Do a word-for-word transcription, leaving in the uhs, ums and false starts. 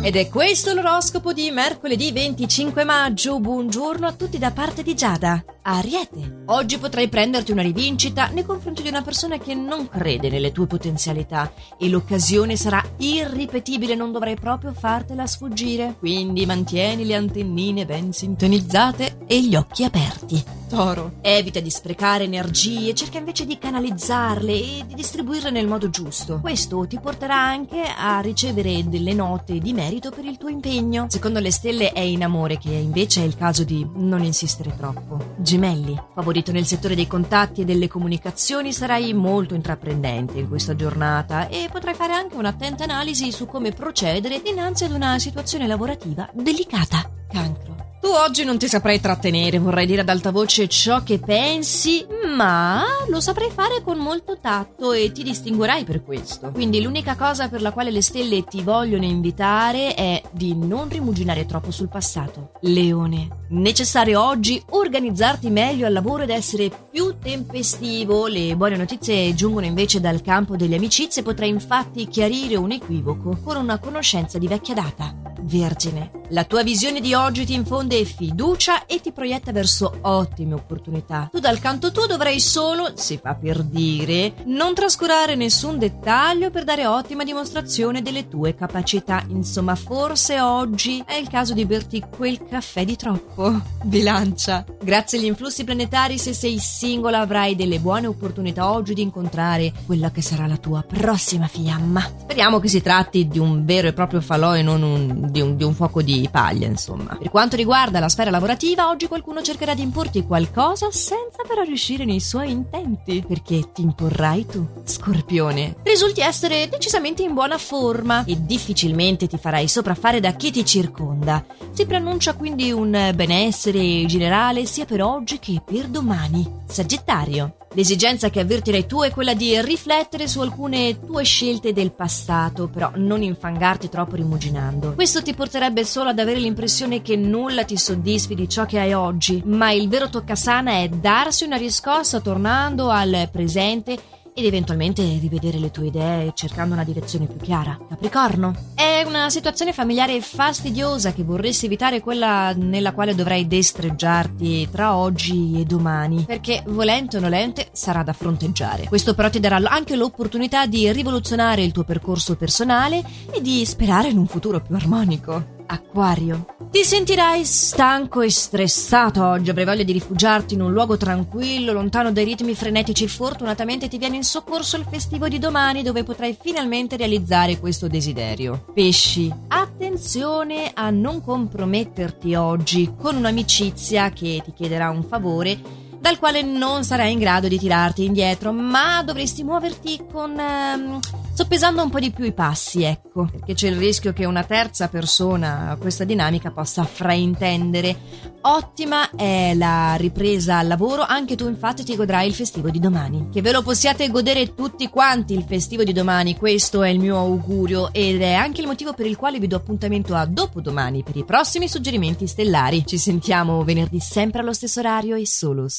Ed è questo l'oroscopo di mercoledì venticinque maggio. Buongiorno a tutti da parte di Giada. Ariete, oggi potrai prenderti una rivincita nei confronti di una persona che non crede nelle tue potenzialità e l'occasione sarà irripetibile, non dovrai proprio fartela sfuggire. Quindi mantieni le antennine ben sintonizzate e gli occhi aperti. Toro, evita di sprecare energie, cerca invece di canalizzarle e di distribuirle nel modo giusto. Questo ti porterà anche a ricevere delle note di merito per il tuo impegno. Secondo le stelle è in amore che invece è il caso di non insistere troppo. Gemelli, favorito nel settore dei contatti e delle comunicazioni, sarai molto intraprendente in questa giornata e potrai fare anche un'attenta analisi su come procedere dinanzi ad una situazione lavorativa delicata. Cancro, tu oggi non ti saprai trattenere, vorrai dire ad alta voce ciò che pensi, ma lo saprai fare con molto tatto e ti distinguerai per questo. Quindi l'unica cosa per la quale le stelle ti vogliono invitare è di non rimuginare troppo sul passato. Leone, necessario oggi organizzarti meglio al lavoro ed essere più tempestivo. Le buone notizie giungono invece dal campo delle amicizie, potrai infatti chiarire un equivoco con una conoscenza di vecchia data. Vergine, la tua visione di oggi ti infonde fiducia e ti proietta verso ottime opportunità. Tu dal canto tuo dovrai solo, si fa per dire, non trascurare nessun dettaglio per dare ottima dimostrazione delle tue capacità. Insomma, forse oggi è il caso di berti quel caffè di troppo. Bilancia, grazie agli influssi planetari, se sei singola avrai delle buone opportunità oggi di incontrare quella che sarà la tua prossima fiamma. Speriamo che si tratti di un vero e proprio falò e non un Di un, di un fuoco di paglia, insomma. Per quanto riguarda la sfera lavorativa, oggi qualcuno cercherà di importi qualcosa senza però riuscire nei suoi intenti, perché ti imporrai tu. Scorpione, risulti essere decisamente in buona forma e difficilmente ti farai sopraffare da chi ti circonda. Si preannuncia quindi un benessere generale sia per oggi che per domani. Sagittario, l'esigenza che avvertirai tu è quella di riflettere su alcune tue scelte del passato, però non infangarti troppo rimuginando. Questo ti porterebbe solo ad avere l'impressione che nulla ti soddisfi di ciò che hai oggi, ma il vero toccasana è darsi una riscossa tornando al presente ed eventualmente rivedere le tue idee cercando una direzione più chiara. Capricorno, è una situazione familiare fastidiosa che vorresti evitare, quella nella quale dovrai destreggiarti tra oggi e domani, perché volente o nolente sarà da fronteggiare. Questo però ti darà anche l'opportunità di rivoluzionare il tuo percorso personale e di sperare in un futuro più armonico. Acquario, ti sentirai stanco e stressato oggi, avrai voglia di rifugiarti in un luogo tranquillo, lontano dai ritmi frenetici. Fortunatamente ti viene in soccorso il festivo di domani, dove potrai finalmente realizzare questo desiderio. Pesci, attenzione a non comprometterti oggi con un'amicizia che ti chiederà un favore dal quale non sarai in grado di tirarti indietro, ma dovresti muoverti con ehm, soppesando un po' di più i passi, ecco, perché c'è il rischio che una terza persona questa dinamica possa fraintendere. Ottima è la ripresa al lavoro, anche tu infatti ti godrai il festivo di domani. Che ve lo possiate godere tutti quanti il festivo di domani, questo è il mio augurio ed è anche il motivo per il quale vi do appuntamento a dopodomani per i prossimi suggerimenti stellari. Ci sentiamo venerdì sempre allo stesso orario e solo